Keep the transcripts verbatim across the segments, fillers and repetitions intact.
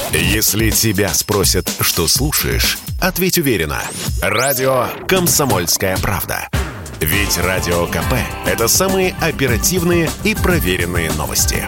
Если тебя спросят, что слушаешь, ответь уверенно. Радио «Комсомольская правда». Ведь Радио КП – это самые оперативные и проверенные новости.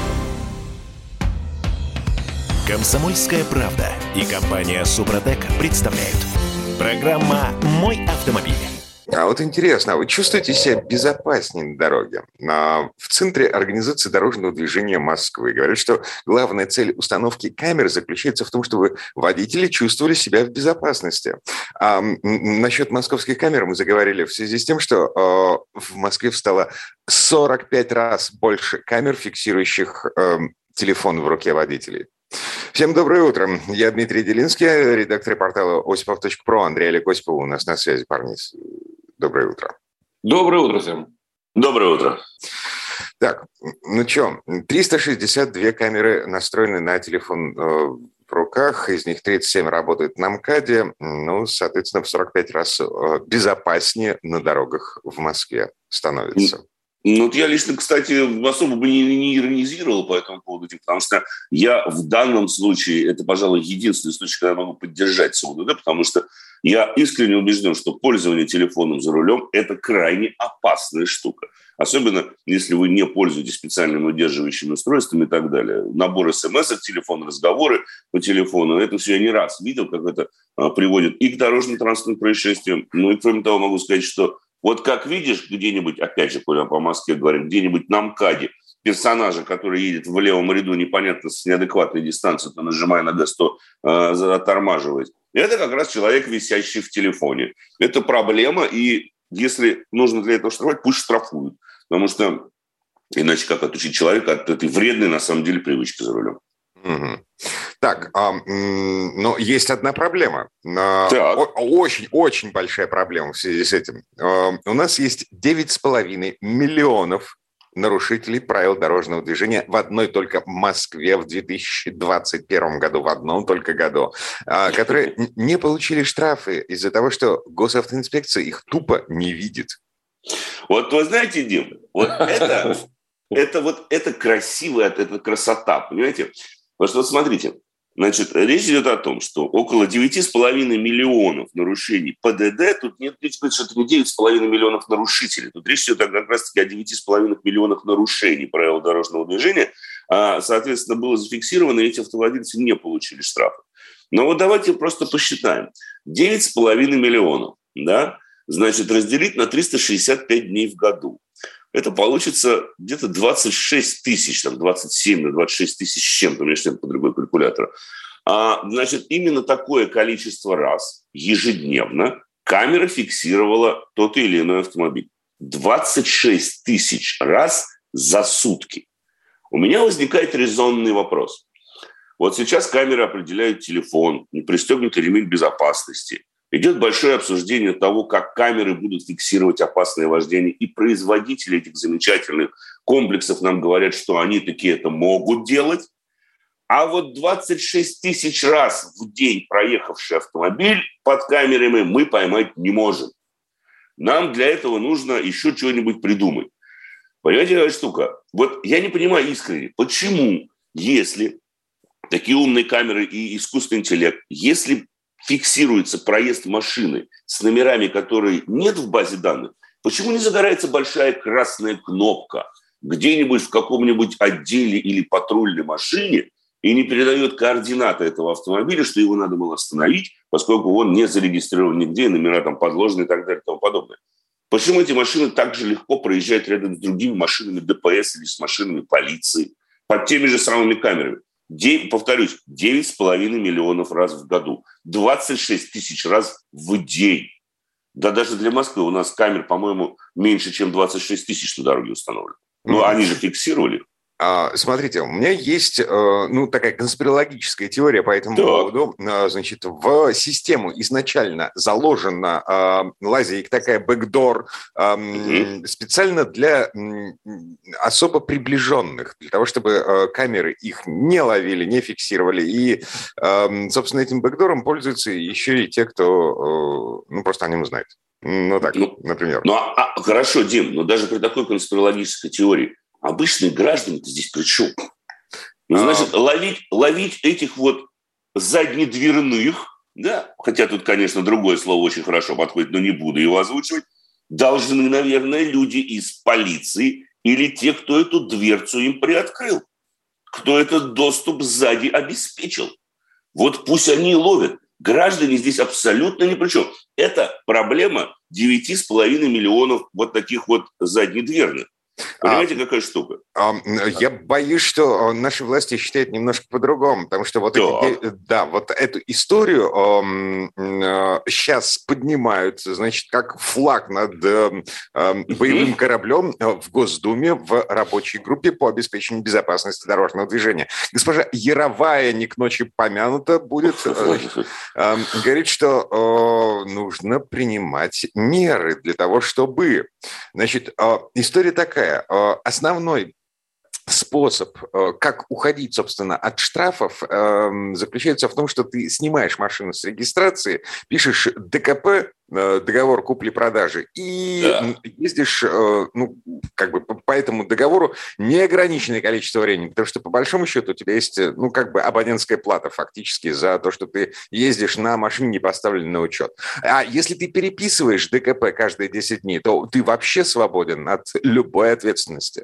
«Комсомольская правда» и компания «Супротек» представляют. Программа «Мой автомобиль». А вот интересно, а вы чувствуете себя безопаснее на дороге? В Центре организации дорожного движения Москвы говорят, что главная цель установки камер заключается в том, чтобы водители чувствовали себя в безопасности. А насчет московских камер мы заговорили в связи с тем, что в Москве стало сорок пять раз больше камер, фиксирующих телефон в руке водителей. Всем доброе утро. Я Дмитрий Делинский, редактор портала осипов точка про. Андрей Олег Осипов у нас на связи, парни. Доброе утро. Доброе утро всем. Доброе утро. Так, ну что, триста шестьдесят две камеры настроены на телефон э, в руках, из них тридцать семь работают на МКАДе, ну, соответственно, в сорок пять раз э, безопаснее на дорогах в Москве становится. Ну, вот я лично, кстати, особо бы не, не иронизировал по этому поводу, потому что я в данном случае, это, пожалуй, единственный случай, когда я могу поддержать СУДД, потому что я искренне убежден, что пользование телефоном за рулем – это крайне опасная штука. Особенно, если вы не пользуетесь специальными удерживающими устройствами и так далее. Набор смс от телефона, разговоры по телефону. Это все я не раз видел, как это а, приводит и к дорожно-транспортным происшествиям. Ну и кроме того, могу сказать, что вот как видишь где-нибудь, опять же, когда по Москве говорим, где-нибудь на МКАДе персонажа, который едет в левом ряду непонятно с неадекватной дистанции, то нажимая на газ, то э, оттормаживает. Это как раз человек, висящий в телефоне. Это проблема, и если нужно для этого штрафовать, пусть штрафуют. Потому что иначе как отучить человека от этой вредной, на самом деле, привычки за рулем. Угу. Так, а, но есть одна проблема. Очень-очень большая проблема в связи с этим. У нас есть девять с половиной миллионов нарушителей правил дорожного движения в одной только Москве в две тысячи двадцать первом году, в одном только году, которые не получили штрафы из-за того, что госавтоинспекция их тупо не видит. Вот вы знаете, Дим, вот это, это вот это красиво, это красота, понимаете? Потому что вот смотрите, значит, речь идет о том, что около девять с половиной миллионов нарушений ПДД, тут нет речи, что это не девять с половиной миллионов нарушителей, тут речь идет как раз-таки о девять с половиной миллионах нарушений правил дорожного движения, а, соответственно, было зафиксировано, и эти автовладельцы не получили штрафы. Но вот давайте просто посчитаем. девять с половиной миллионов, да, значит, разделить на триста шестьдесят пять дней в году. Это получится где-то двадцать шесть тысяч, там двадцать семь, двадцать шесть тысяч с чем-то, у меня что-то по другой калькулятор. А, значит, именно такое количество раз ежедневно камера фиксировала тот или иной автомобиль. двадцать шесть тысяч раз за сутки. У меня возникает резонный вопрос. Вот сейчас камеры определяют телефон, не пристегнутый ремень безопасности. Идет большое обсуждение того, как камеры будут фиксировать опасное вождение. И производители этих замечательных комплексов нам говорят, что они такие это могут делать. А вот двадцать шесть тысяч раз в день проехавший автомобиль под камерами мы поймать не можем. Нам для этого нужно еще что-нибудь придумать. Понимаете, какая штука? Вот я не понимаю искренне, почему, если такие умные камеры и искусственный интеллект, если фиксируется проезд машины с номерами, которые нет в базе данных, почему не загорается большая красная кнопка где-нибудь в каком-нибудь отделе или патрульной машине и не передает координаты этого автомобиля, что его надо было остановить, поскольку он не зарегистрирован нигде, номера там подложены и так далее и тому подобное. Почему эти машины так же легко проезжают рядом с другими машинами ДПС или с машинами полиции под теми же самыми камерами? Повторюсь, девять с половиной миллионов раз в году, двадцать шесть тысяч раз в день. Да даже для Москвы у нас камер, по-моему, меньше, чем двадцать шесть тысяч на дороге установлено. Ну, они же фиксировали. Смотрите, у меня есть ну, такая конспирологическая теория по этому да. поводу. Значит, в систему изначально заложена лазейка, такая бэкдор, угу. специально для особо приближенных, для того, чтобы камеры их не ловили, не фиксировали. И, собственно, этим бэкдором пользуются еще и те, кто ну, просто о нем знает. Ну так, ну, например. Ну, а, а, хорошо, Дим, но даже при такой конспирологической теории обычные граждане-то здесь при чем? Ну, значит, ловить, ловить этих вот заднедверных, да, хотя тут, конечно, другое слово очень хорошо подходит, но не буду его озвучивать, должны, наверное, люди из полиции или те, кто эту дверцу им приоткрыл, кто этот доступ сзади обеспечил. Вот пусть они и ловят. Граждане здесь абсолютно ни при чем. Это проблема девяти с половиной миллионов вот таких вот заднедверных. Понимаете, а, какая штука? А, я боюсь, что наши власти считают немножко по-другому, потому что вот, да. Эти, да, вот эту историю э, сейчас поднимают, значит, как флаг над э, боевым кораблем в Госдуме в рабочей группе по обеспечению безопасности дорожного движения. Госпожа Яровая, не к ночи помянута, будет э, э, говорит, что э, нужно принимать меры для того, чтобы... Значит, э, история такая. Основной способ, как уходить, собственно, от штрафов, заключается в том, что ты снимаешь машину с регистрации, пишешь ДКП, договор купли-продажи, и да. ездишь, ну, как бы по этому договору неограниченное количество времени, потому что, по большому счету, у тебя есть, ну, как бы абонентская плата фактически за то, что ты ездишь на машине, не поставленной на учет. А если ты переписываешь ДКП каждые десять дней, то ты вообще свободен от любой ответственности.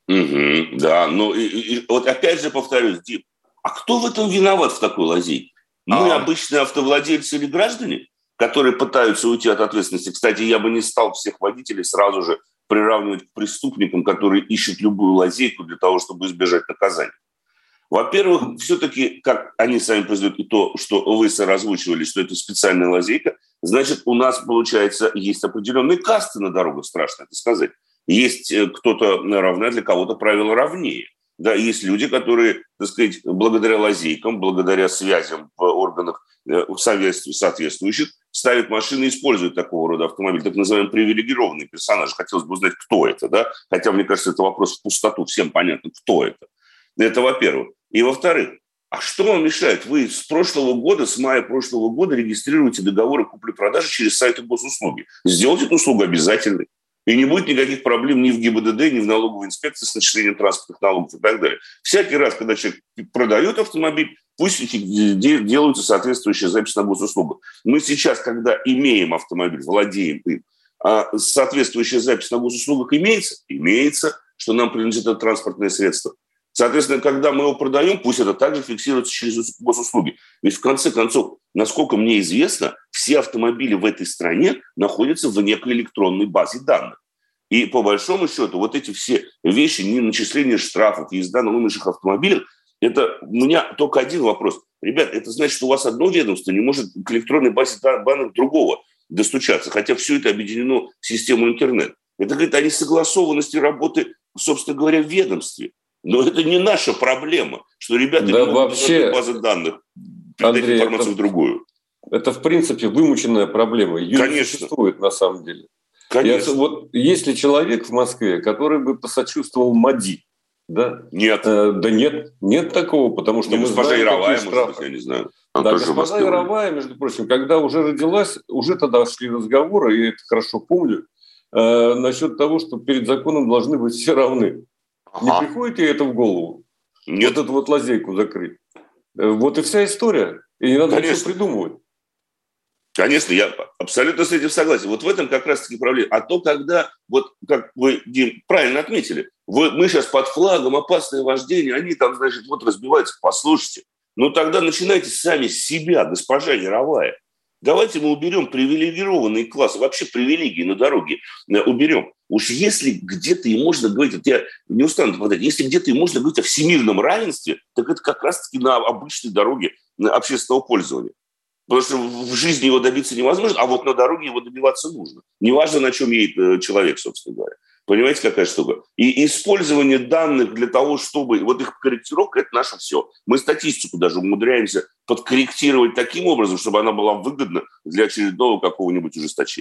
Угу, да, ну, и, и, вот опять же повторюсь, Дим, а кто в этом виноват в такой лазейке? Мы а... обычные автовладельцы или граждане, которые пытаются уйти от ответственности? Кстати, я бы не стал всех водителей сразу же приравнивать к преступникам, которые ищут любую лазейку для того, чтобы избежать наказания. Во-первых, все-таки, как они сами признают, и то, что вы озвучивали, что это специальная лазейка, значит, у нас, получается, есть определенные касты на дорогах, страшно это сказать. Есть кто-то равна, для кого-то правила равнее. Да, есть люди, которые, так сказать, благодаря лазейкам, благодаря связям в органах соответствующих, ставят машины и используют такого рода автомобиль, так называемый привилегированный персонаж. Хотелось бы узнать, кто это, да? Хотя, мне кажется, это вопрос в пустоту, всем понятно, кто это. Это во-первых. И во-вторых, а что вам мешает? Вы с прошлого года, с мая прошлого года регистрируете договоры купли-продажи через сайты госуслуги. Сделайте эту услугу обязательной. И не будет никаких проблем ни в ГИБДД, ни в налоговой инспекции с начислением транспортных налогов и так далее. Всякий раз, когда человек продает автомобиль, пусть делаются соответствующие записи на госуслугах. Мы сейчас, когда имеем автомобиль, владеем им, а соответствующая запись на госуслугах имеется? Имеется, что нам принадлежит это транспортное средство. Соответственно, когда мы его продаем, пусть это также фиксируется через госуслуги. Ведь в конце концов, насколько мне известно, все автомобили в этой стране находятся в некой электронной базе данных. И по большому счету вот эти все вещи, не начисление штрафов, езда на вымышленных автомобилях, это у меня только один вопрос. Ребят, это значит, что у вас одно ведомство не может к электронной базе данных другого достучаться, хотя все это объединено в систему интернет. Это говорит о несогласованности работы, собственно говоря, в ведомстве. Но это не наша проблема, что ребята да не могут вообще, базы данных передать Андрей, информацию это, в другую. Это, в принципе, вымученная проблема. Ее Конечно. Не существует на самом деле. Конечно. Я, вот, есть ли человек в Москве, который бы посочувствовал МАДИ? Да? Нет. Э, да нет, нет такого, потому что не, мы госпожа знаем, Яровая, какие может быть, я не знаю. Она да, госпожа Яровая, между прочим, когда уже родилась, уже тогда шли разговоры, я это хорошо помню, э, насчет того, что перед законом должны быть все равны. Не ага. приходит ей это в голову? Нет. Вот эту вот лазейку закрыть. Вот и вся история. И не надо ничего придумывать. Конечно, я абсолютно с этим согласен. Вот в этом как раз-таки проблема. А то, когда, вот как вы, Дим, правильно отметили, вы, мы сейчас под флагом опасное вождение, они там, значит, вот разбиваются, послушайте. Ну тогда начинайте сами с себя, госпожа Яровая. Давайте мы уберем привилегированные классы, вообще привилегии на дороге уберем. Уж если где-то и можно говорить, вот я не устану повторять, если где-то и можно говорить о всемирном равенстве, так это как раз-таки на обычной дороге общественного пользования. Потому что в жизни его добиться невозможно, а вот на дороге его добиваться нужно. Неважно, на чем едет человек, собственно говоря. Понимаете, какая штука? И использование данных для того, чтобы... Вот их корректировка – это наше все. Мы статистику даже умудряемся подкорректировать таким образом, чтобы она была выгодна для очередного какого-нибудь ужесточения.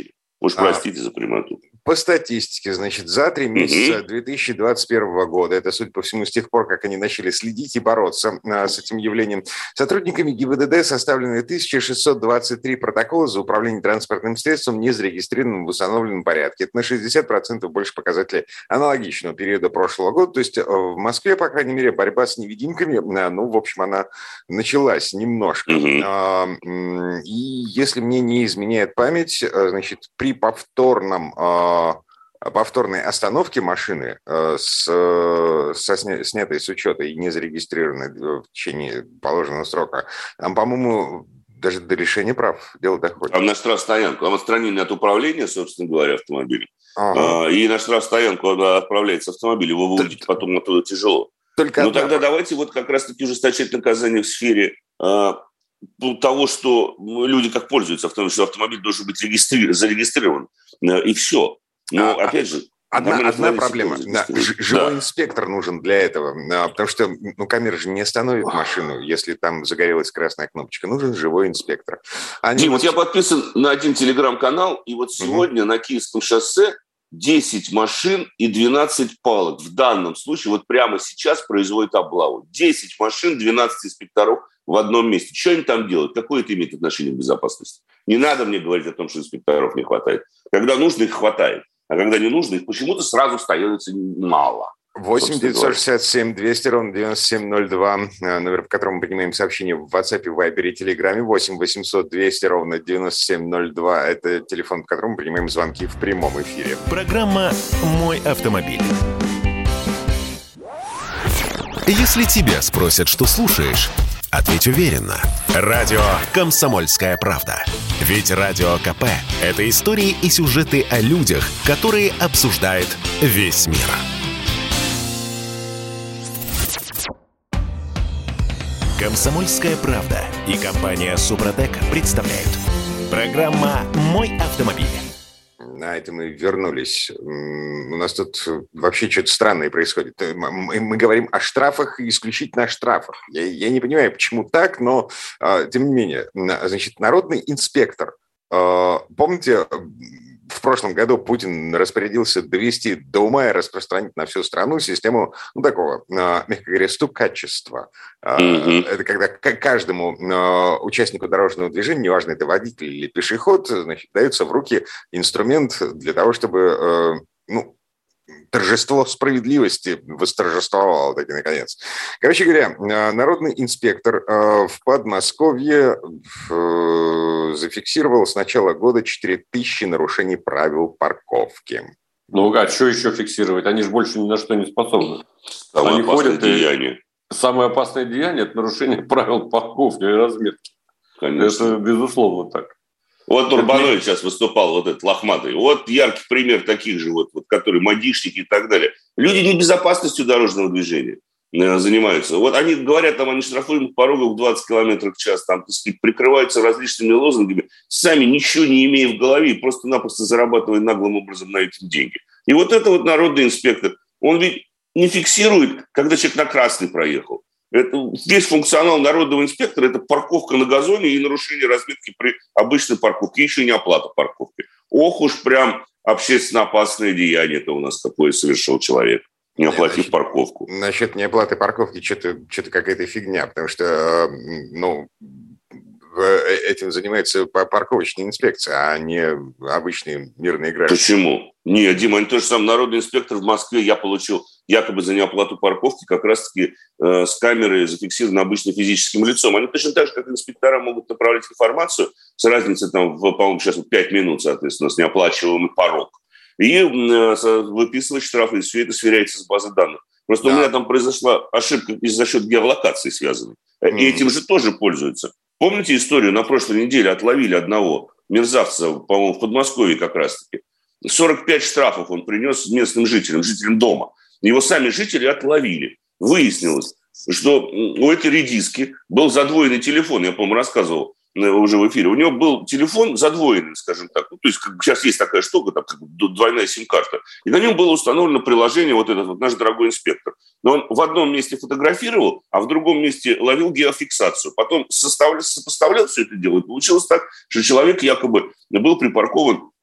Уж простите а, за прямоту. По статистике, значит, за три месяца две тысячи двадцать первого года, это, судя по всему, с тех пор, как они начали следить и бороться а, с этим явлением, сотрудниками ГИБДД составлены тысяча шестьсот двадцать три протокола за управление транспортным средством, не зарегистрированным в установленном порядке. Это на шестьдесят процентов больше показателей аналогичного периода прошлого года. То есть в Москве, по крайней мере, борьба с невидимками, ну, в общем, она началась немножко. Mm-hmm. И если мне не изменяет память, значит, при повторном, повторной остановке машины, с, со сня, снятой с учета и не зарегистрированной в течение положенного срока, там, по-моему, даже до решения прав дело доходит. Там на штрафстоянку, там отстранение от управления, собственно говоря, автомобилем. Ага. И на штрафстоянку отправляется автомобиль, его выудить потом оттуда тяжело. Только Но одна... тогда давайте вот как раз-таки ужесточать наказание в сфере э, того, что люди как пользуются автомобилем, что автомобиль должен быть регистри... зарегистрирован, э, и все. Но, а, опять же... Одна, одна проблема. Да, живой да. инспектор нужен для этого, потому что ну, камера же не остановит машину, если там загорелась красная кнопочка. Нужен живой инспектор. Они... Дим, вот я подписан на один телеграм-канал, и вот сегодня угу. на Киевском шоссе десять машин и двенадцать палок. В данном случае вот прямо сейчас производят облаву. десять машин, двенадцать инспекторов в одном месте. Что они там делают? Какое это имеет отношение к безопасности? Не надо мне говорить о том, что инспекторов не хватает. Когда нужно, их хватает. А когда не нужно, их почему-то сразу становится мало. восемь девятьсот шестьдесят семь двести ровно девяносто семь ноль два, номер, по которому мы принимаем сообщения в WhatsApp, Viber и Telegram, восемь восемьсот двести ровно девяносто семь ноль два. Это телефон, по которому мы принимаем звонки в прямом эфире. Программа «Мой автомобиль». Если тебя спросят, что слушаешь, ответь уверенно. Радио «Комсомольская правда». Ведь Радио КП – это истории и сюжеты о людях, которые обсуждает весь мир. «Комсомольская правда» и компания «Супротек» представляют. Программа «Мой автомобиль». На это мы вернулись. У нас тут вообще что-то странное происходит. Мы, мы говорим о штрафах и исключительно о штрафах. Я, я не понимаю, почему так, но тем не менее. Значит, народный инспектор. Помните, в прошлом году Путин распорядился довести до ума и распространить на всю страну систему, ну, такого, мягко говоря, стукачества. Mm-hmm. Это когда каждому участнику дорожного движения, неважно, это водитель или пешеход, значит, дается в руки инструмент для того, чтобы, ну, торжество справедливости восторжествовало таки наконец. Короче говоря, народный инспектор в Подмосковье зафиксировал с начала года четыре тысячи нарушений правил парковки. Ну, а что еще фиксировать? Они же больше ни на что не способны. Самое Они опасное деяние. И... Самое опасное деяние – это нарушение правил парковки и разметки. Конечно. Это безусловно так. Вот Турбанович сейчас выступал, вот этот лохматый. Вот яркий пример таких же, вот, вот, которые модишники и так далее. Люди не безопасностью дорожного движения занимаются. Вот они говорят там о нештрафуемых порогах в двадцать километров в час, там, так сказать, прикрываются различными лозунгами, сами ничего не имея в голове, просто-напросто зарабатывая наглым образом на этом деньги. И вот это вот народный инспектор, он ведь не фиксирует, когда человек на красный проехал. Это, весь функционал народного инспектора – это парковка на газоне и нарушение разметки при обычной парковке, еще не оплата парковки. Ох уж прям общественно опасное деяние это у нас какое совершил человек, не оплатив Нет, парковку. Насчет неоплаты парковки что-то, что-то какая-то фигня, потому что, ну, этим занимается парковочная инспекция, а не обычные мирные граждане. Почему? Нет, Дима, они тоже сам народный инспектор в Москве. Я получил якобы за неоплату парковки как раз-таки э, с камеры зафиксированы обычно физическим лицом. Они точно так же, как инспектора, могут направлять информацию с разницей, там, в, по-моему, сейчас пять минут, соответственно, с неоплачиваемый порог. И э, выписывать штрафы, и все это сверяется с базой данных. Просто да. у меня там произошла ошибка за счет геолокации связанной. Mm-hmm. И этим же тоже пользуются. Помните историю, на прошлой неделе отловили одного мерзавца, по-моему, в Подмосковье как раз-таки. сорок пять штрафов он принес местным жителям, жителям дома. Его сами жители отловили. Выяснилось, что у этой редиски был задвоенный телефон, я, по-моему, рассказывал уже в эфире. У него был телефон задвоенный, скажем так. Ну, то есть как, сейчас есть такая штука, там, как двойная сим-карта. И на нем было установлено приложение, вот этот вот наш дорогой инспектор. Но он в одном месте фотографировал, а в другом месте ловил геофиксацию. Потом составлял, сопоставлял все это дело. И получилось так, что человек якобы был припаркован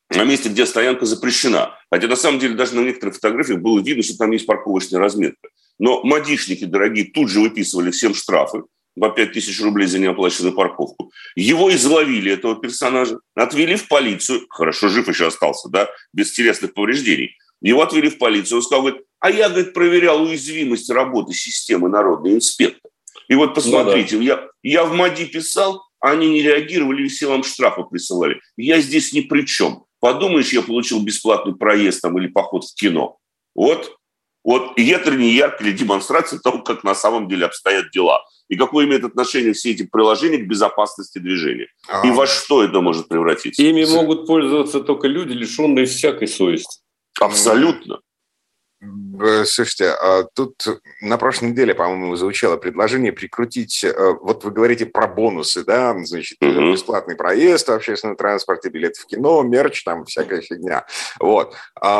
на месте, где стоянка запрещена. Хотя на самом деле даже на некоторых фотографиях было видно, что там есть парковочная разметка. Но модишники дорогие тут же выписывали всем штрафы по пять тысяч рублей за неоплаченную парковку. Его изловили, этого персонажа, отвели в полицию. Хорошо, жив еще остался, да, без телесных повреждений. Его отвели в полицию. Он сказал, говорит, а я, говорит, проверял уязвимость работы системы народный инспектор. И вот посмотрите, ну, да. я, я в МАДИ писал, они не реагировали, и все вам штрафы присылали. Я здесь ни при чем. Подумаешь, я получил бесплатный проезд там, или поход в кино. Вот. Вот. И это не яркая демонстрация того, как на самом деле обстоят дела. И какое имеет отношение все эти приложения к безопасности движения. А-а-а. И во что это может превратиться? Ими могут пользоваться только люди, лишенные всякой совести. Абсолютно. Слушайте, тут на прошлой неделе, по-моему, звучало предложение прикрутить, вот вы говорите про бонусы, да, значит, mm-hmm. бесплатный проезд в общественном транспорте, билет в кино, мерч, там всякая фигня. Вот.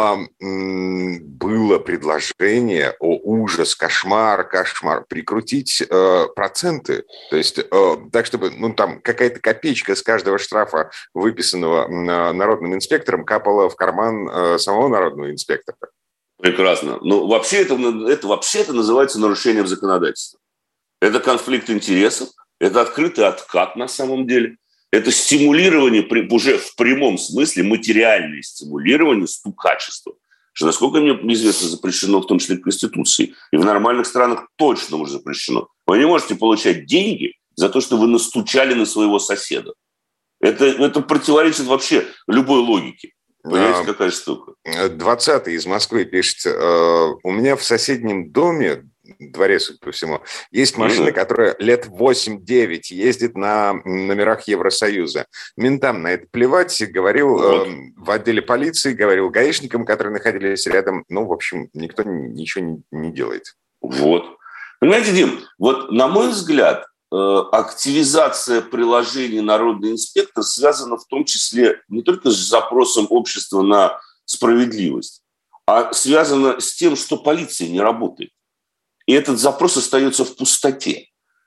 Было предложение, о, ужас, кошмар, кошмар, прикрутить проценты, то есть так, чтобы, ну, там какая-то копеечка с каждого штрафа, выписанного народным инспектором, капала в карман самого народного инспектора. Прекрасно. Но вообще это, это, вообще это называется нарушением законодательства. Это конфликт интересов, это открытый откат на самом деле. Это стимулирование, уже в прямом смысле, материальное стимулирование стукачества. Что, насколько мне известно, запрещено в том числе Конституцией. И в нормальных странах точно уже запрещено. Вы не можете получать деньги за то, что вы настучали на своего соседа. Это, это противоречит вообще любой логике. Понимаете, какая штука? двадцатый из Москвы пишет, у меня в соседнем доме, дворе, судя по всему, есть машина, mm-hmm. которая лет восемь-девять ездит на номерах Евросоюза. Ментам на это плевать, говорил вот. э, в отделе полиции, говорил гаишникам, которые находились рядом. Ну, в общем, никто ничего не, не делает. Вот. Понимаете, Дим, вот на мой взгляд, активизация приложений «Народный инспектор» связана в том числе не только с запросом общества на справедливость, а связана с тем, что полиция не работает. И этот запрос остается в пустоте.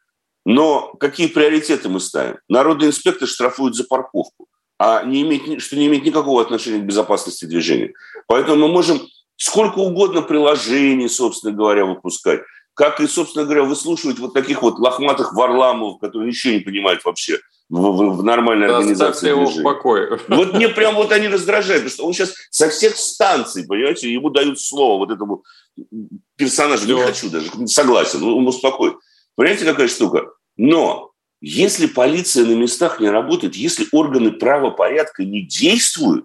Но какие приоритеты мы ставим? Народный инспектор штрафует за парковку, а не имеет, что не имеет никакого отношения к безопасности движения. Поэтому мы можем сколько угодно приложений, собственно говоря, выпускать. Как и, собственно говоря, выслушивать вот таких вот лохматых Варламов, которые ничего не понимают вообще в, в, в нормальной да, организации движения. Его в покое. Вот мне прям вот они раздражают, потому что он сейчас со всех станций, понимаете, ему дают слово вот этому персонажу. Не хочу даже, согласен, он успокоит. Понимаете, какая штука? Но если полиция на местах не работает, если органы правопорядка не действуют,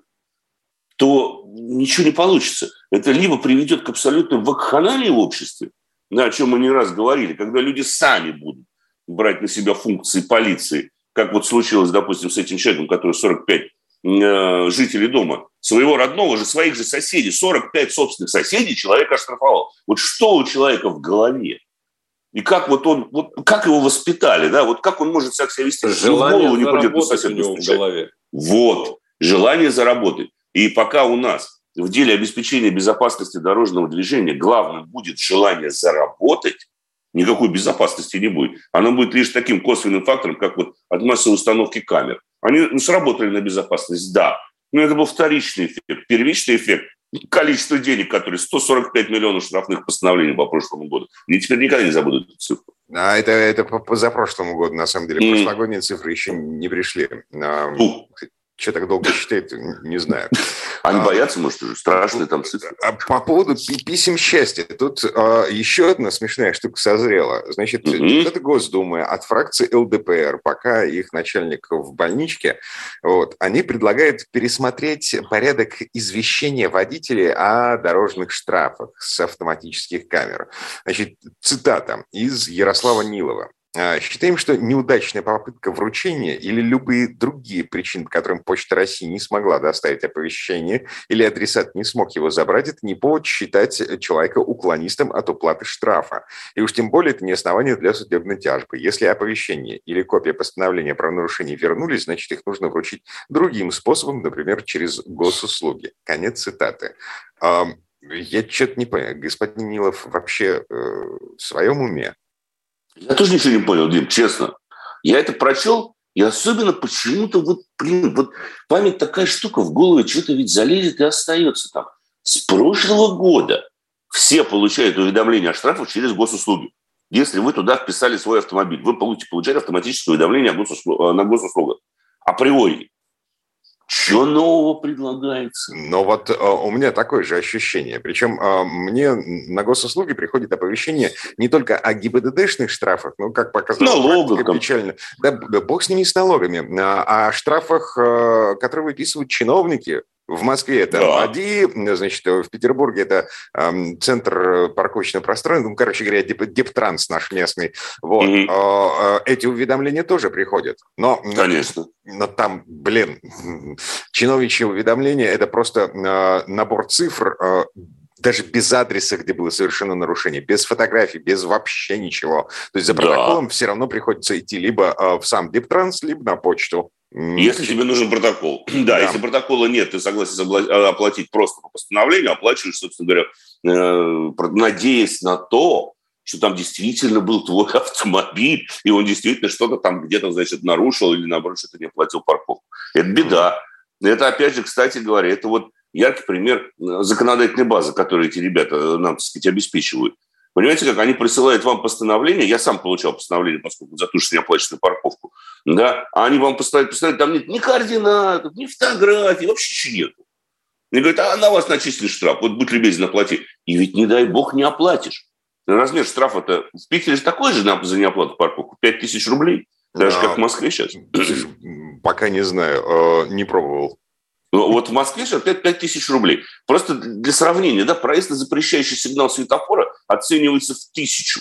то ничего не получится. Это либо приведет к абсолютной вакханалии в обществе, да, о чем мы не раз говорили, когда люди сами будут брать на себя функции полиции, как вот случилось, допустим, с этим человеком, который сорок пять э, жителей дома, своего родного же, своих же соседей, сорок пять собственных соседей человек оштрафовал. Вот что у человека в голове? И как вот он, вот как его воспитали, да, вот как он может себя вести? Желание не заработать у него в голове. Вот, желание заработать. И пока у нас в деле обеспечения безопасности дорожного движения главным будет желание заработать, никакой безопасности не будет. Оно будет лишь таким косвенным фактором, как вот от массовой установки камер. Они ну, сработали на безопасность, да, но это был вторичный эффект. Первичный эффект – количество денег, которые сто сорок пять миллионов штрафных постановлений по прошлому году. И теперь никогда не забудут эту цифру. А это, это по позапрошлому году, на самом деле. Mm. Прошлогодние цифры еще не пришли. Uh. Что так долго считает, не знаю. Они а, боятся, может, уже страшные там цифры. По поводу писем счастья. Тут а, еще одна смешная штука созрела. Значит, mm-hmm. депутаты Госдумы от фракции эл дэ пэ эр, пока их начальник в больничке, вот, они предлагают пересмотреть порядок извещения водителей о дорожных штрафах с автоматических камер. Значит, цитата из Ярослава Нилова. Считаем, что неудачная попытка вручения или любые другие причины, по которым Почта России не смогла доставить оповещение или адресат не смог его забрать, это не повод считать человека уклонистом от уплаты штрафа. И уж тем более это не основание для судебной тяжбы. Если оповещение или копия постановления о правонарушении вернулись, значит, их нужно вручить другим способом, например, через госуслуги. Конец цитаты. Я что-то не понял. Господин Нилов вообще в своем уме? Я тоже ничего не понял, Дим, честно. Я это прочел, И особенно почему-то вот, блин, вот память такая штука, в голову что-то ведь залезет и остается там. С прошлого года все получают уведомления о штрафах через госуслуги. Если вы туда вписали свой автомобиль, вы будете получать автоматическое уведомление о госуслуг... на госуслугах. Априори. Что нового предлагается? Но вот э, у меня такое же ощущение. Причем э, мне на госуслуги приходит оповещение не только о ГИБДДшных штрафах, ну, как показала практика, печально. Да, да бог с ними, с налогами. А о штрафах, э, которые выписывают чиновники. В Москве это да. МАДИ, значит, в Петербурге это э, центр парковочного пространства, ну, короче говоря, деп, Дептранс наш местный. Вот. Mm-hmm. Э, э, эти уведомления тоже приходят. Но, Конечно. Но там, блин, чиновничье уведомление – это просто э, набор цифр, э, даже без адреса, где было совершено нарушение, без фотографий, без вообще ничего. То есть за протоколом да. все равно приходится идти либо э, в сам Дептранс, либо на почту. Если тебе нужен протокол. Да, да, если протокола нет, ты согласен оплатить просто по постановлению, оплачиваешь, собственно говоря, надеясь на то, что там действительно был твой автомобиль, и он действительно что-то там где-то, значит, нарушил или, наоборот, что-то не оплатил парковку. Это беда. Это, опять же, кстати говоря, это вот яркий пример законодательной базы, которую эти ребята нам, так сказать, обеспечивают. Понимаете, как они присылают вам постановление, я сам получал постановление, поскольку за то, что не оплачено парковку, да, а они вам поставят, поставят, там нет ни координатов, ни фотографий, вообще ничего нету. Они говорят, а на вас начислен штраф, вот будь любезен, оплати. И ведь, не дай бог, не оплатишь. Размер штрафа-то в Питере же такой же за неоплату парковку, пять тысяч рублей, даже а, как в Москве сейчас. Пока не знаю, не пробовал. Вот в Москве сейчас пять тысяч рублей. Просто для сравнения, да, проезд на запрещающий сигнал светофора оценивается в тысячу.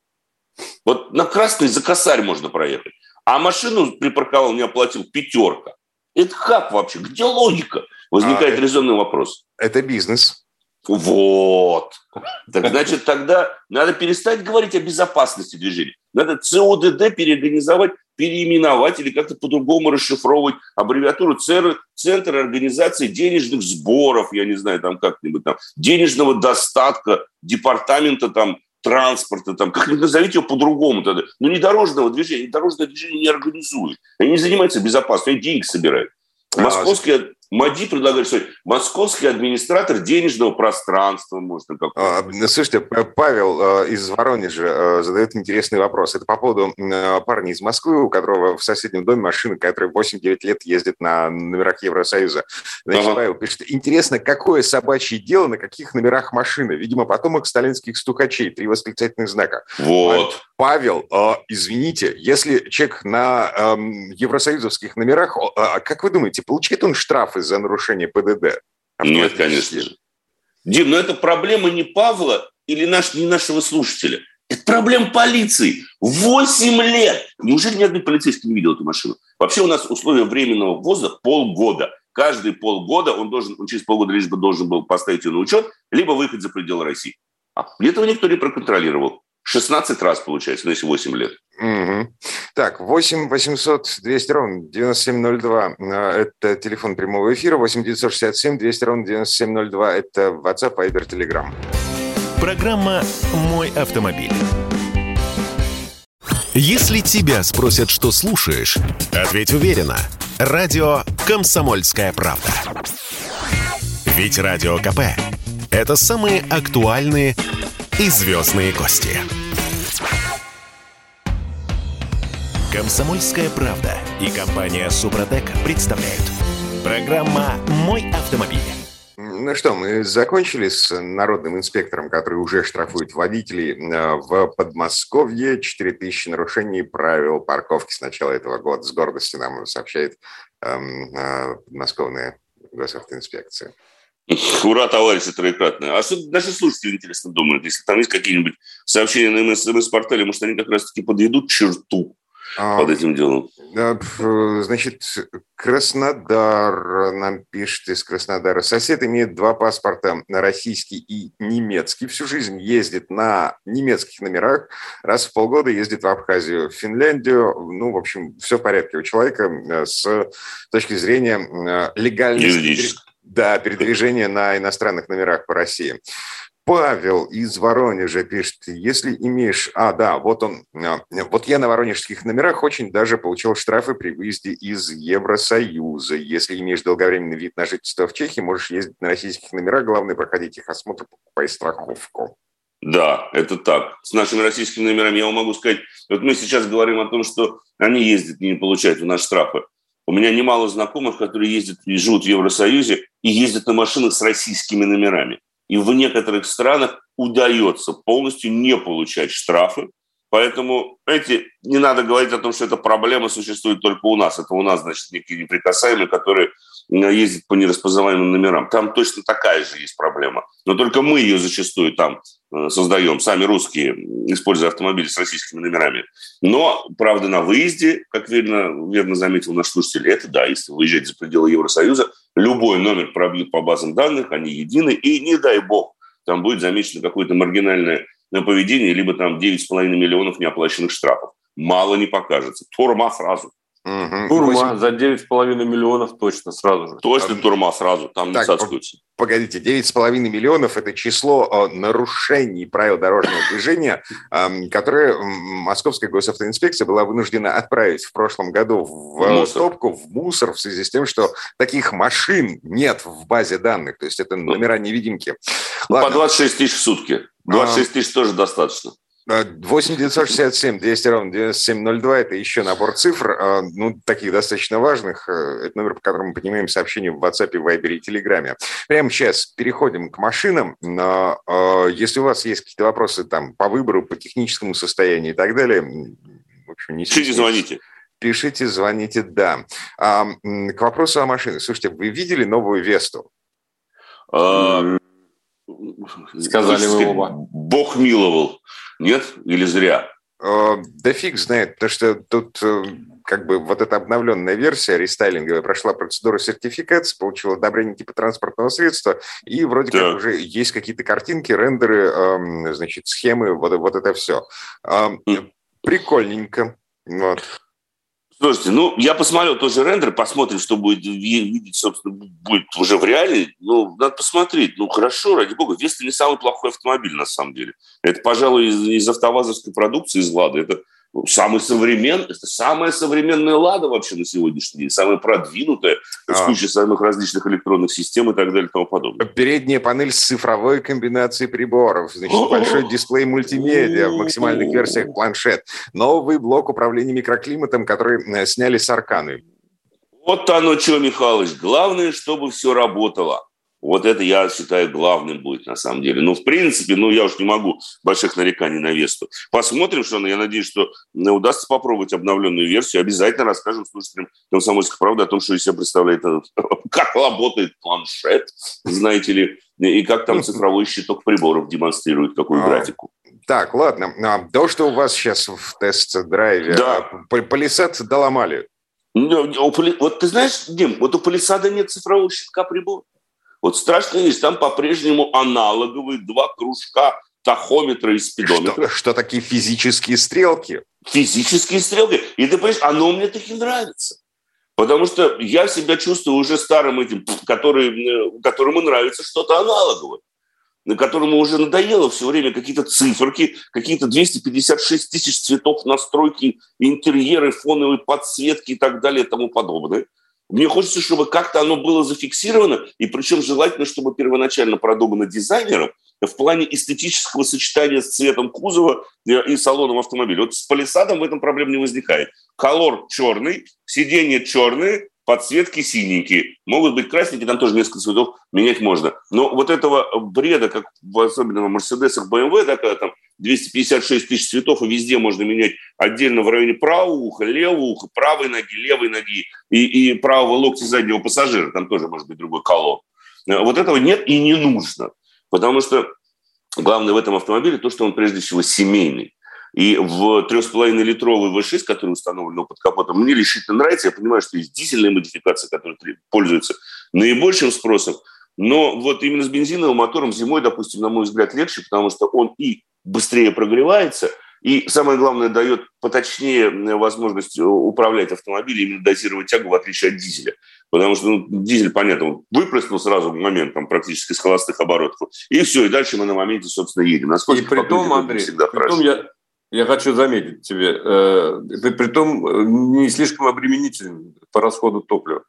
Вот на красный за косарь можно проехать. А машину припарковал, не оплатил, пятерка. Это как вообще? Где логика? Возникает а, резонный это, вопрос. Это бизнес. Вот. Так значит, тогда надо перестать говорить о безопасности движения. Надо ЦОДД переорганизовать, переименовать или как-то по-другому расшифровывать аббревиатуру Центр организации денежных сборов, я не знаю, там как-нибудь там, денежного достатка, департамента там, транспорта, там, как-нибудь назовите его по-другому тогда. Но не дорожного движения, дорожное движение не организуют. Они не занимаются безопасностью, они деньги собирают. Московский МАДИ предлагает, что московский администратор денежного пространства. Можно а, слушайте, Павел из Воронежа задает интересный вопрос. Это по поводу парня из Москвы, у которого в соседнем доме машина, которая восемь-девять лет ездит на номерах Евросоюза. Значит, ага. Павел пишет, интересно, какое собачье дело, на каких номерах машины? Видимо, потомок сталинских стукачей. Три восклицательных знака. Вот. Павел, извините, если человек на евросоюзовских номерах, как вы думаете, получает он штраф из-за нарушения ПДД? Нет, конечно же. Дим, но это проблема не Павла или наш, не нашего слушателя. Это проблема полиции. Восемь лет! Неужели ни один полицейский не видел эту машину? Вообще у нас условия временного ввоза полгода. Каждые полгода он должен, он через полгода либо должен был поставить ее на учет, либо выехать за пределы России. А этого никто не проконтролировал. шестнадцать раз, получается, ну, если восемь лет. Угу. Так, восемь восемьсот двести ровно девяносто семь ноль два. Это телефон прямого эфира. восемь девятьсот шестьдесят семь двести ровно девяносто семь ноль два. Это WhatsApp, Viber, Telegram. Программа «Мой автомобиль». Если тебя спросят, что слушаешь, ответь уверенно. Радио «Комсомольская правда». Ведь Радио КП – это самые актуальные и звездные гости. «Комсомольская правда» и компания «Супротек» представляют. Программа «Мой автомобиль». Ну что, мы закончили с народным инспектором, который уже штрафует водителей в Подмосковье. четыре тысячи нарушений правил парковки с начала этого года. С гордостью нам сообщает эм, подмосковная госавтоинспекция. Ура, товарищи, троекратные. А что наши слушатели, интересно, думают? Если там есть какие-нибудь сообщения на эс эм эс-портале, может, они как раз-таки подведут черту а, под этим делом? Значит, Краснодар нам пишет из Краснодара. Сосед имеет два паспорта, российский и немецкий. Всю жизнь ездит на немецких номерах. Раз в полгода ездит в Абхазию, в Финляндию. Ну, в общем, все в порядке у человека с точки зрения легальности. Да, передвижение на иностранных номерах по России. Павел из Воронежа пишет, если имеешь... А, да, вот он. Вот я на воронежских номерах очень даже получил штрафы при выезде из Евросоюза. Если имеешь долговременный вид на жительство в Чехии, можешь ездить на российских номерах. Главное, проходить их осмотр, покупай страховку. Да, это так. С нашими российскими номерами я вам могу сказать, вот мы сейчас говорим о том, что они ездят и не получают у нас штрафы. У меня немало знакомых, которые ездят и живут в Евросоюзе и ездят на машинах с российскими номерами. И в некоторых странах удается полностью не получать штрафы. Поэтому, знаете, не надо говорить о том, что эта проблема существует только у нас. Это у нас, значит, некие неприкасаемые, которые ездят по нераспознаваемым номерам. Там точно такая же есть проблема. Но только мы ее зачастую там создаем, сами русские, используя автомобили с российскими номерами. Но, правда, на выезде, как верно, верно заметил наш слушатель, это да, если вы выезжаете за пределы Евросоюза, любой номер пробьют по базам данных, они едины, и не дай бог, там будет замечено какое-то маргинальное поведение, либо там девять с половиной миллионов неоплаченных штрафов. Мало не покажется. Турма сразу. Угу. Турма восемь... за девять с половиной миллионов точно сразу же. Точно а... турма сразу, там так, не цацкаются. Погодите, девять с половиной миллионов – это число нарушений правил дорожного движения, которые Московская госавтоинспекция была вынуждена отправить в прошлом году в, в стопку, в мусор, в связи с тем, что таких машин нет в базе данных. То есть это номера-невидимки. По двадцать шесть тысяч в сутки. двадцать шесть тысяч тоже достаточно. восемь девятьсот шестьдесят семь двести ровно девяносто семь ноль два – это еще набор цифр, ну, таких достаточно важных. Это номер, по которому мы поднимаем сообщения в WhatsApp, Viber и Telegram. Прямо сейчас переходим к машинам. Но, если у вас есть какие-то вопросы там, по выбору, по техническому состоянию и так далее, в общем, не Пишите, звоните. Пишите, звоните, да. А, к вопросу о машине. Слушайте, вы видели новую Весту? А... Сказали вы оба. Бог миловал. Нет? Или зря? Да фиг знает, потому что тут как бы вот эта обновленная версия рестайлинговая прошла процедуру сертификации, получила одобрение типа транспортного средства, и вроде да. как уже есть какие-то картинки, рендеры, значит, схемы, вот, вот это все. Прикольненько. Вот. Слушайте, ну, я посмотрел тоже рендер, посмотрим, что будет видеть, собственно, будет уже в реале. Ну, надо посмотреть. Ну, хорошо, ради бога. Веста не самый плохой автомобиль, на самом деле. Это, пожалуй, из, из автовазовской продукции, из «Лады». Это самый современный, это самая современная «Лада» вообще на сегодняшний день. Самая продвинутая, а. с кучей самых различных электронных систем и так далее и тому подобное. Передняя панель с цифровой комбинацией приборов. Значит, большой дисплей мультимедиа в максимальных версиях планшет. Новый блок управления микроклиматом, который сняли с Арканы. Вот оно что, Михалыч. Главное, чтобы все работало. Вот это, я считаю, главным будет на самом деле. Ну, в принципе, ну, я уж не могу больших нареканий на Весту. Посмотрим, что она. Я надеюсь, что удастся попробовать обновленную версию. Обязательно расскажем слушателям «Комсомольской правды» о том, что из себя представляет, как работает планшет, знаете ли, и как там цифровой щиток приборов демонстрирует, какую графику. Так, ладно. То, что у вас сейчас в тест-драйве, да. Палисад доломали. Вот ты знаешь, Дим, вот у Палисада нет цифрового щитка приборов. Вот страшная вещь, там по-прежнему аналоговые два кружка тахометра и спидометра. Что, что такие физические стрелки? Физические стрелки. И ты понимаешь, оно мне таки нравится. Потому что я себя чувствую уже старым этим, который, которому нравится что-то аналоговое. Которому уже надоело все время какие-то циферки, какие-то двести пятьдесят шесть тысяч цветов настройки, интерьеры, фоновые подсветки и так далее и тому подобное. Мне хочется, чтобы как-то оно было зафиксировано, и причем желательно, чтобы первоначально продумано дизайнером в плане эстетического сочетания с цветом кузова и салоном автомобиля. Вот с Палисадом в этом проблем не возникает. Колор черный, сиденья черные, подсветки синенькие. Могут быть красненькие, там тоже несколько цветов менять можно. Но вот этого бреда, как особенно в Мерседесах, бэ эм вэ, да, когда там двести пятьдесят шесть тысяч цветов, и везде можно менять отдельно в районе правого уха, левого уха, правой ноги, левой ноги и, и правого локтя заднего пассажира. Там тоже может быть другой колор. Вот этого нет и не нужно. Потому что главное в этом автомобиле то, что он прежде всего семейный. И в три с половиной литровый вэ шесть, который установлен под капотом, мне решительно нравится. Я понимаю, что есть дизельная модификация, которая пользуется наибольшим спросом. Но вот именно с бензиновым мотором зимой, допустим, на мой взгляд, легче, потому что он и быстрее прогревается, И самое главное, дает поточнее возможность управлять автомобилем, именно дозировать тягу, в отличие от дизеля. Потому что ну, дизель, понятно, он выпрыгнул сразу в момент там, практически с холостых оборотов. И все, и дальше мы на моменте, собственно, едем. Насколько и при том, Андрей, всегда при том я, я хочу заметить тебе, э, это при том не слишком обременительный по расходу топлива.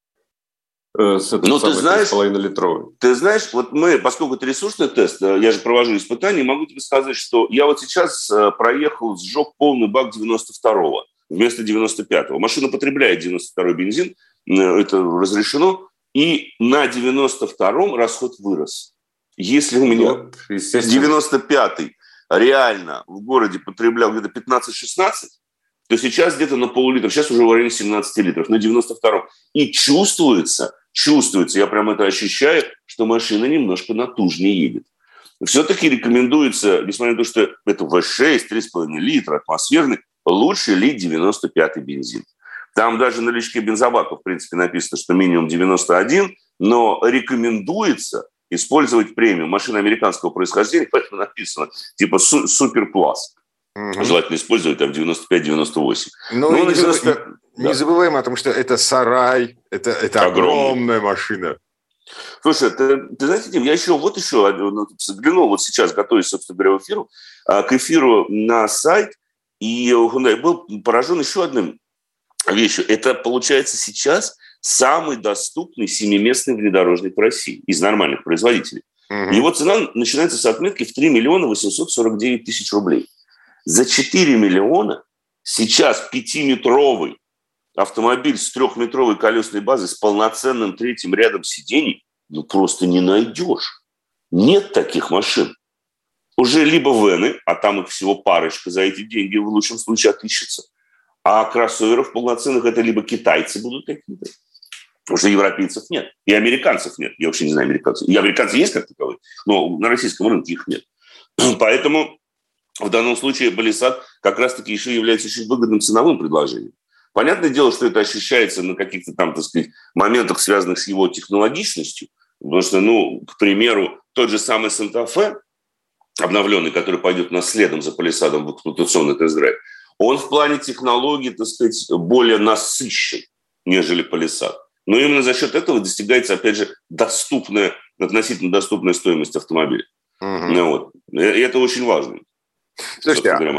С этой ну, самой ты знаешь, трехсоловинолитровой. Ты знаешь, вот мы, поскольку это ресурсный тест, я же провожу испытания, могу тебе сказать, что я вот сейчас проехал, сжег полный бак девяносто второго вместо девяносто пятого. Машина потребляет девяносто второй бензин, это разрешено, и на девяносто втором расход вырос. Если у меня ну, девяносто пятый реально в городе потреблял где-то пятнадцать-шестнадцать, то сейчас где-то на пол-литра, сейчас уже в районе семнадцать литров, на девяносто втором. И чувствуется, чувствуется, я прям это ощущаю, что машина немножко натужнее едет. Все-таки рекомендуется, несмотря на то, что это вэ шесть, три с половиной литра, атмосферный, лучше лить девяносто пятый бензин. Там даже на лючке бензобака, в принципе, написано, что минимум девяносто один, но рекомендуется использовать премиум. Машина американского происхождения, поэтому написано типа «Супер Плюс». Mm-hmm. Желательно использовать там девяносто пять - девяносто восемь. Ну, ну, не, девяносто пять, забыв... да. не забываем о том, что это сарай, это, это огромная машина. Слушай, ты, ты знаете, Дим, я еще вот еще заглянул вот сейчас, готовясь, собственно говоря, к эфиру, к эфиру на сайт, и был поражен еще одним вещью. Это, получается, сейчас самый доступный семиместный внедорожник в России из нормальных производителей. Mm-hmm. Его цена начинается с отметки в три миллиона восемьсот сорок девять тысяч рублей. За четыре миллиона сейчас пятиметровый автомобиль с трехметровой колесной базой с полноценным третьим рядом сидений ну просто не найдешь. Нет таких машин. Уже либо вены, а там их всего парочка за эти деньги в лучшем случае отыщется. А кроссоверов полноценных это либо китайцы будут какие-то, потому что европейцев нет. И американцев нет. Я вообще не знаю американцев. И американцы есть как таковые, но на российском рынке их нет. Поэтому в данном случае Palisade как раз-таки еще является очень выгодным ценовым предложением. Понятное дело, что это ощущается на каких-то там, так сказать, моментах, связанных с его технологичностью. Потому что, ну, к примеру, тот же самый Санта-Фе, обновленный, который пойдет наследом за Palisade в эксплуатационный тест-драйв, он в плане технологий, так сказать, более насыщен, нежели Palisade. Но именно за счет этого достигается, опять же, доступная, относительно доступная стоимость автомобиля. Угу. Ну, вот. И это очень важно. Слушайте, а,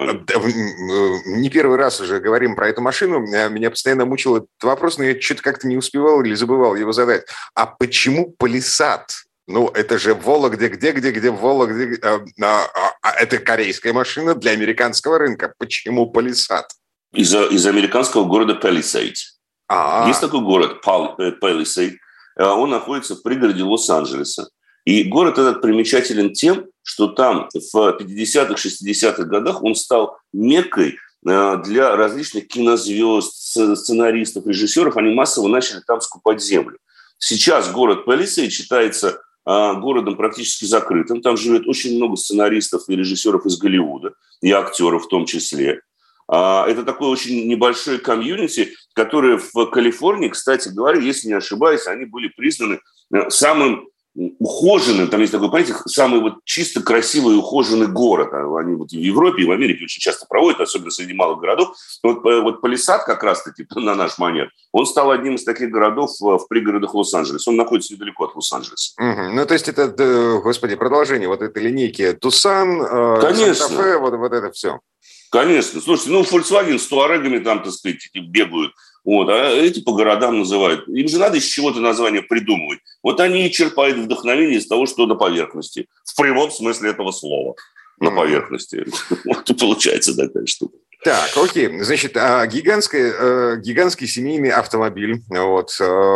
не первый раз уже говорим про эту машину. Меня постоянно мучил этот вопрос, но я что-то как-то не успевал или забывал его задать. А почему Palisade? Ну, это же Вологде, где, где, где Вологде. А, а, а, это корейская машина для американского рынка. Почему Palisade? Из-за, из американского города Palisade. А-а-а. Есть такой город Palisade. Он находится в пригороде Лос-Анджелеса. И город этот примечателен тем, что там в пятидесятых, шестидесятых годах он стал меккой для различных кинозвезд, сценаристов, режиссеров. Они массово начали там скупать землю. Сейчас город Palisade считается городом практически закрытым. Там живет очень много сценаристов и режиссеров из Голливуда, и актеров в том числе. Это такое очень небольшое комьюнити, которое в Калифорнии, кстати говоря, если не ошибаюсь, они были признаны самым ухоженным, там есть такое понятие, самый вот чисто красивый и ухоженный город. Они вот в Европе и в Америке очень часто проводят, особенно среди малых городов. Вот, вот Palisade как раз-таки, на наш манер, он стал одним из таких городов в, в пригородах Лос-Анджелеса. Он находится недалеко от Лос-Анджелеса. Угу. Ну, то есть это, господи, продолжение вот этой линейки Тусан, Санта-Фе, вот, вот это все. Конечно. Слушайте, ну, Volkswagen с туарегами там, так сказать, бегают. Вот, а эти по городам называют. Им же надо из чего-то название придумывать. Вот они и черпают вдохновение из того, что на поверхности. В прямом смысле этого слова. На mm-hmm. поверхности. Вот и получается такая штука. Так, окей. Значит, гигантский, гигантский семейный автомобиль, вот,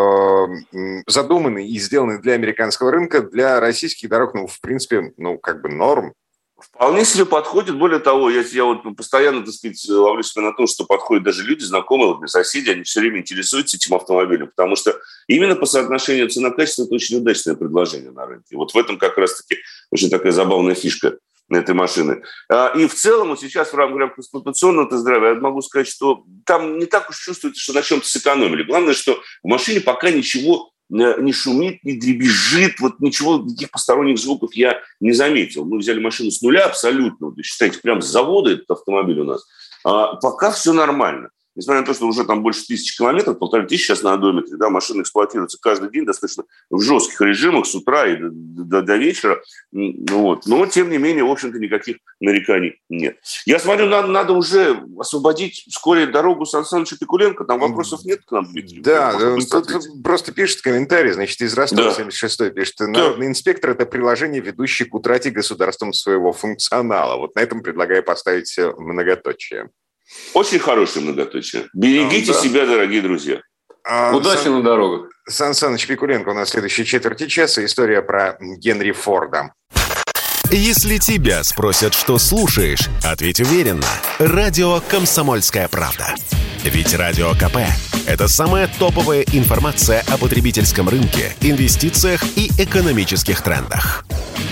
задуманный и сделанный для американского рынка, для российских дорог, ну, в принципе, ну, как бы норм. Вполне себе подходит. Более того, я, я вот постоянно, так сказать, ловлю себя на том, что подходят даже люди, знакомые, вот, соседи, они все время интересуются этим автомобилем, потому что именно по соотношению цена-качество – это очень удачное предложение на рынке. Вот в этом как раз-таки очень такая забавная фишка этой машины. И в целом вот сейчас в рамках эксплуатационного тест-драйва я могу сказать, что там не так уж чувствуется, что на чем-то сэкономили. Главное, что в машине пока ничего не шумит, не дребезжит, вот ничего, никаких посторонних звуков я не заметил. Мы взяли машину с нуля абсолютно, вот, считайте, прям с завода этот автомобиль у нас. А пока все нормально. Несмотря на то, что уже там больше тысячи километров, полторы тысячи сейчас на одометре, да, машина эксплуатируется каждый день достаточно в жестких режимах с утра и до, до, до вечера. Вот. Но, тем не менее, в общем-то, никаких нареканий нет. Я смотрю, надо, надо уже освободить вскоре дорогу Сан Саныча Пикуленко. Там вопросов нет к нам, Дмитрий? Да, тут просто пишет комментарий, значит, из Ростова, да. семьдесят шестой пишет, народный да. инспектор – это приложение, ведущее к утрате государством своего функционала. Вот на этом предлагаю поставить многоточие. Очень хорошее многоточие. Берегите а, да. себя, дорогие друзья. А, Удачи Сан... на дорогах. Сан Саныч Пикуленко у нас в следующей четверти часа. История про Генри Форда. Если тебя спросят, что слушаешь, ответь уверенно. Радио «Комсомольская правда». Ведь Радио КП – это самая топовая информация о потребительском рынке, инвестициях и экономических трендах.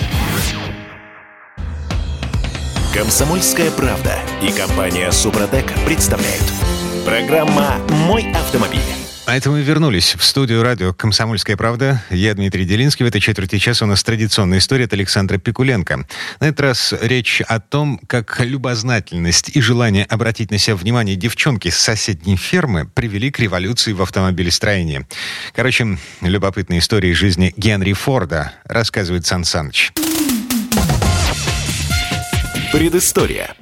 «Комсомольская правда» и компания «Супротек» представляют. Программа «Мой автомобиль». А это мы вернулись в студию радио «Комсомольская правда». Я Дмитрий Делинский. В этой четверти часа у нас традиционная история от Александра Пикуленко. На этот раз речь о том, как любознательность и желание обратить на себя внимание девчонки с соседней фермы привели к революции в автомобилестроении. Короче, любопытная история из жизни Генри Форда, рассказывает Сан Саныч. Предыстория.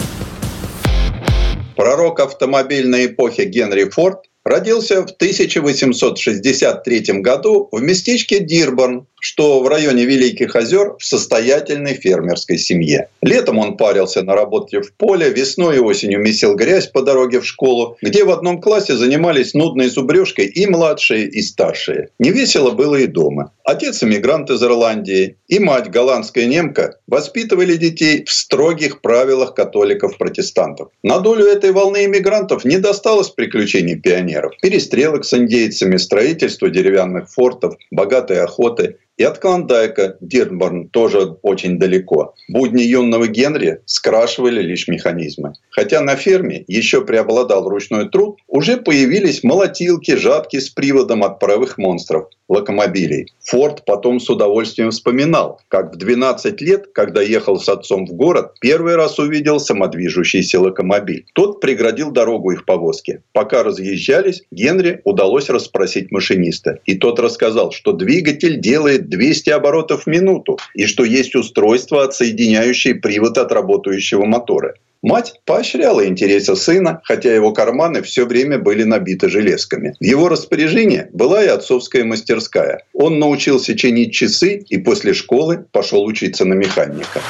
Пророк автомобильной эпохи Генри Форд родился в тысяча восемьсот шестьдесят третьем году в местечке Дирборн, что в районе Великих озер, в состоятельной фермерской семье. Летом он парился на работе в поле, весной и осенью месил грязь по дороге в школу, где в одном классе занимались нудной зубрежкой и младшие, и старшие. Невесело было и дома. Отец эмигрант из Ирландии и мать, голландская немка, воспитывали детей в строгих правилах католиков-протестантов. На долю этой волны эмигрантов не досталось приключений пионеров, перестрелок с индейцами, строительства деревянных фортов, богатой охоты. И от Клондайка Дирборн тоже очень далеко. Будни юного Генри скрашивали лишь механизмы. Хотя на ферме еще преобладал ручной труд, уже появились молотилки, жатки с приводом от паровых монстров – локомобилей. Форд потом с удовольствием вспоминал, как в двенадцать лет, когда ехал с отцом в город, первый раз увидел самодвижущийся локомобиль. Тот преградил дорогу их повозке. Пока разъезжались, Генри удалось расспросить машиниста. И тот рассказал, что двигатель делает двести оборотов в минуту, и что есть устройство, отсоединяющее привод от работающего мотора. Мать поощряла интересы сына, хотя его карманы все время были набиты железками. В его распоряжении была и отцовская мастерская. Он научился чинить часы и после школы пошел учиться на механика.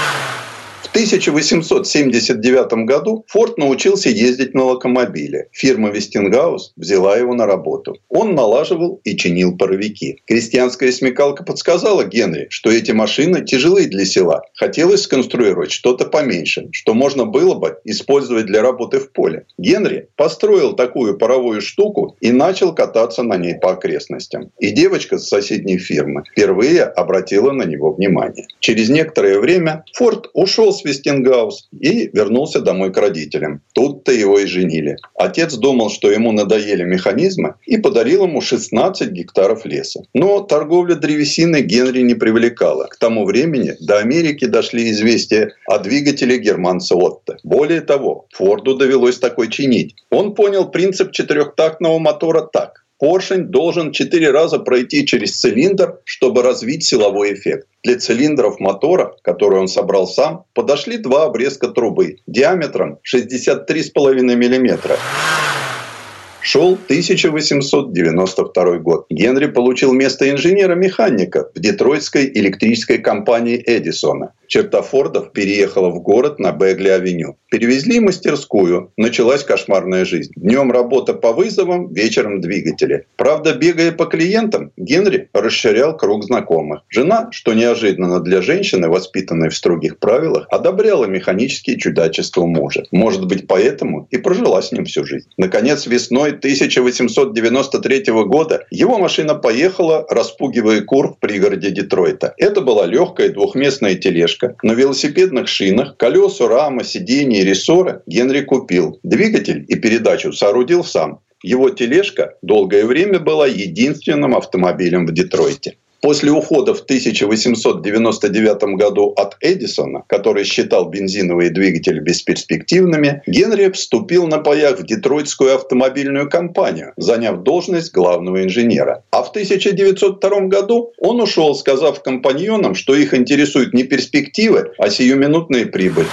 В тысяча восемьсот семьдесят девятом году Форд научился ездить на локомобиле. Фирма Вестингаус взяла его на работу. Он налаживал и чинил паровики. Крестьянская смекалка подсказала Генри, что эти машины тяжелые для села. Хотелось сконструировать что-то поменьше, что можно было бы использовать для работы в поле. Генри построил такую паровую штуку и начал кататься на ней по окрестностям. И девочка с соседней фирмы впервые обратила на него внимание. Через некоторое время Форд ушел с Вестингаус и вернулся домой к родителям. Тут-то его и женили. Отец думал, что ему надоели механизмы, и подарил ему шестнадцать гектаров леса. Но торговля древесиной Генри не привлекала. К тому времени до Америки дошли известия о двигателе германца Отто. Более того, Форду довелось такой чинить. Он понял принцип четырехтактного мотора так. Поршень должен четыре раза пройти через цилиндр, чтобы развить силовой эффект. Для цилиндров мотора, который он собрал сам, подошли два обрезка трубы диаметром шестьдесят три целых пять десятых миллиметра. Шел тысяча восемьсот девяносто второй год. Генри получил место инженера-механика в детройтской электрической компании Эдисона. Черта Фордов переехала в город на Бегли-авеню. Перевезли мастерскую. Началась кошмарная жизнь. Днем работа по вызовам, вечером двигатели. Правда, бегая по клиентам, Генри расширял круг знакомых. Жена, что неожиданно для женщины, воспитанной в строгих правилах, одобряла механические чудачества мужа. Может быть, поэтому и прожила с ним всю жизнь. Наконец, весной тысяча восемьсот девяносто третьего года его машина поехала, распугивая кур в пригороде Детройта. Это была легкая двухместная тележка на велосипедных шинах, колеса, рама, сиденья и рессоры Генри купил. Двигатель и передачу соорудил сам. Его тележка долгое время была единственным автомобилем в Детройте. После ухода в тысяча восемьсот девяносто девятом году от Эдисона, который считал бензиновые двигатели бесперспективными, Генри вступил на паях в Детройтскую автомобильную компанию, заняв должность главного инженера. А в тысяча девятьсот втором году он ушел, сказав компаньонам, что их интересуют не перспективы, а сиюминутная прибыль.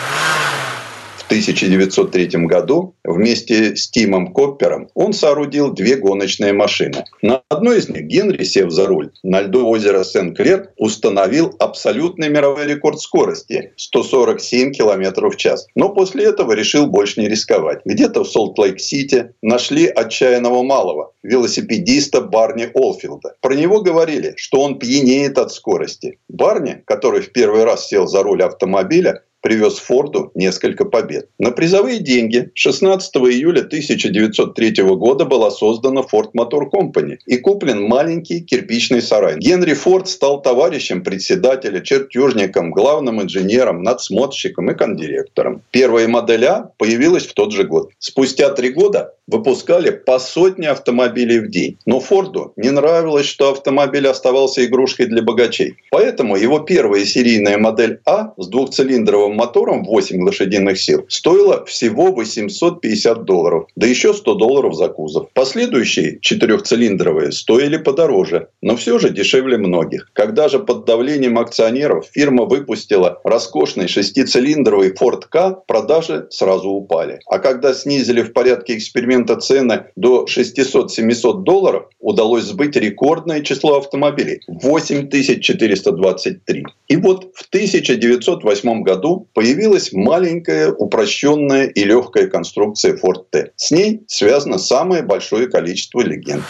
В тысяча девятьсот третьем году вместе с Тимом Коппером он соорудил две гоночные машины. На одной из них Генри, сев за руль, на льду озера Сен-Клер установил абсолютный мировой рекорд скорости – сто сорок семь километров в час. Но после этого решил больше не рисковать. Где-то в Солт-Лейк-Сити нашли отчаянного малого – велосипедиста Барни Олфилда. Про него говорили, что он пьянеет от скорости. Барни, который в первый раз сел за руль автомобиля, привез Форду несколько побед. На призовые деньги шестнадцатого июля тысяча девятьсот третьего года была создана Ford Motor Company и куплен маленький кирпичный сарай. Генри Форд стал товарищем председателя, чертежником, главным инженером, надсмотрщиком и кондиректором. Первая модель А появилась в тот же год. Спустя три года выпускали по сотне автомобилей в день. Но Форду не нравилось, что автомобиль оставался игрушкой для богачей. Поэтому его первая серийная модель А с двухцилиндровым мотором восемь лошадиных сил стоила всего восемьсот пятьдесят долларов, да еще сто долларов за кузов. Последующие четырехцилиндровые стоили подороже, но все же дешевле многих. Когда же под давлением акционеров фирма выпустила роскошный шестицилиндровый Ford Ka, продажи сразу упали. А когда снизили в порядке эксперимента цены до шестьсот-семьсот долларов, удалось сбыть рекордное число автомобилей – восемь тысяч четыреста двадцать три. И вот в тысяча девятьсот восьмом году появилась маленькая, упрощенная и легкая конструкция Ford T. С ней связано самое большое количество легенд.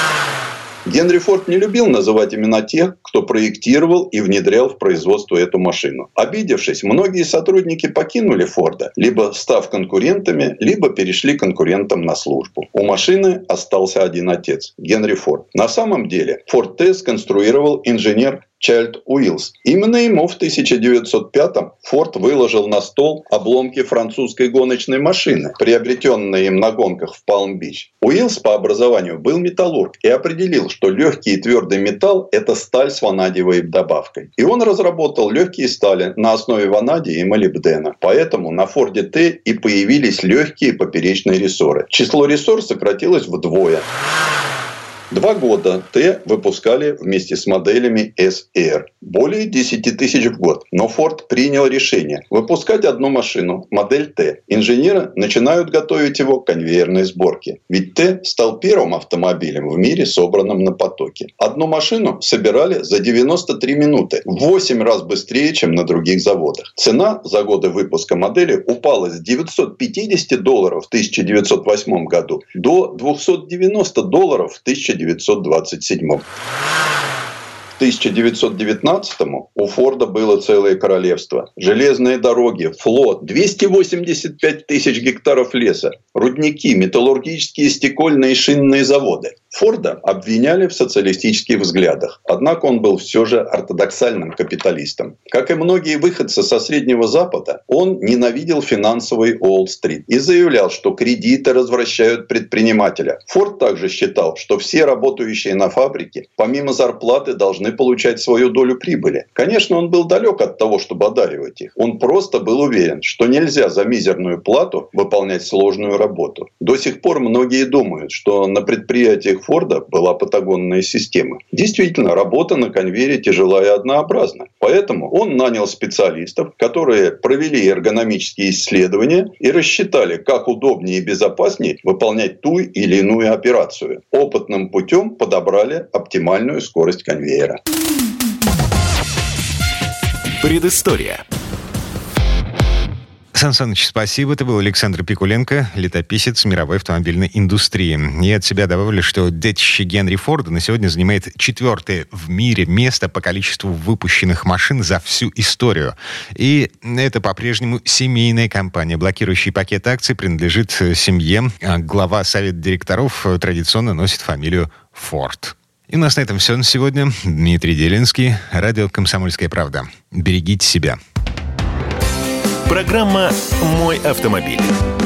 Генри Форд не любил называть имена тех, кто проектировал и внедрял в производство эту машину. Обидевшись, многие сотрудники покинули Форда, либо став конкурентами, либо перешли конкурентам на службу. У машины остался один отец – Генри Форд. На самом деле Ford T сконструировал инженер Чайлд Уиллс. Именно ему в тысяча девятьсот пятом Форд выложил на стол обломки французской гоночной машины, приобретенные им на гонках в Палм-Бич. Уиллс по образованию был металлург и определил, что легкий и твердый металл – это сталь с ванадиевой добавкой. И он разработал легкие стали на основе ванадия и молибдена. Поэтому на Форде Т и появились легкие поперечные рессоры. Число рессор сократилось вдвое. Два года Т выпускали вместе с моделями эс эр. Более десяти тысяч в год. Но Форд принял решение выпускать одну машину, модель Т. Инженеры начинают готовить его к конвейерной сборке. Ведь Т стал первым автомобилем в мире, собранным на потоке. Одну машину собирали за девяносто три минуты. В восемь раз быстрее, чем на других заводах. Цена за годы выпуска модели упала с девятисот пятидесяти долларов в тысяча девятьсот восьмом году до двухсот девяноста долларов в тысяча девятьсот двадцать седьмом. В тысяча девятьсот девятнадцатом у Форда было целое королевство. Железные дороги, флот, двести восемьдесят пять тысяч гектаров леса, рудники, металлургические, стекольные и шинные заводы. Форда обвиняли в социалистических взглядах. Однако он был все же ортодоксальным капиталистом. Как и многие выходцы со Среднего Запада, он ненавидел финансовый Уолл-стрит и заявлял, что кредиты развращают предпринимателя. Форд также считал, что все работающие на фабрике помимо зарплаты должны получать свою долю прибыли. Конечно, он был далек от того, чтобы одаривать их. Он просто был уверен, что нельзя за мизерную плату выполнять сложную работу. До сих пор многие думают, что на предприятиях Форда была патагонная система. Действительно, работа на конвейере тяжела и однообразна. Поэтому он нанял специалистов, которые провели эргономические исследования и рассчитали, как удобнее и безопаснее выполнять ту или иную операцию. Опытным путем подобрали оптимальную скорость конвейера. Предыстория. Сан Саныч, спасибо. Это был Александр Пикуленко, летописец мировой автомобильной индустрии. И от себя добавлю, что детище Генри Форда на сегодня занимает четвертое в мире место по количеству выпущенных машин за всю историю. И это по-прежнему семейная компания. Блокирующий пакет акций принадлежит семье. А глава совета директоров традиционно носит фамилию Форд. И у нас на этом все на сегодня. Дмитрий Делинский, радио «Комсомольская правда». Берегите себя. Программа «Мой автомобиль».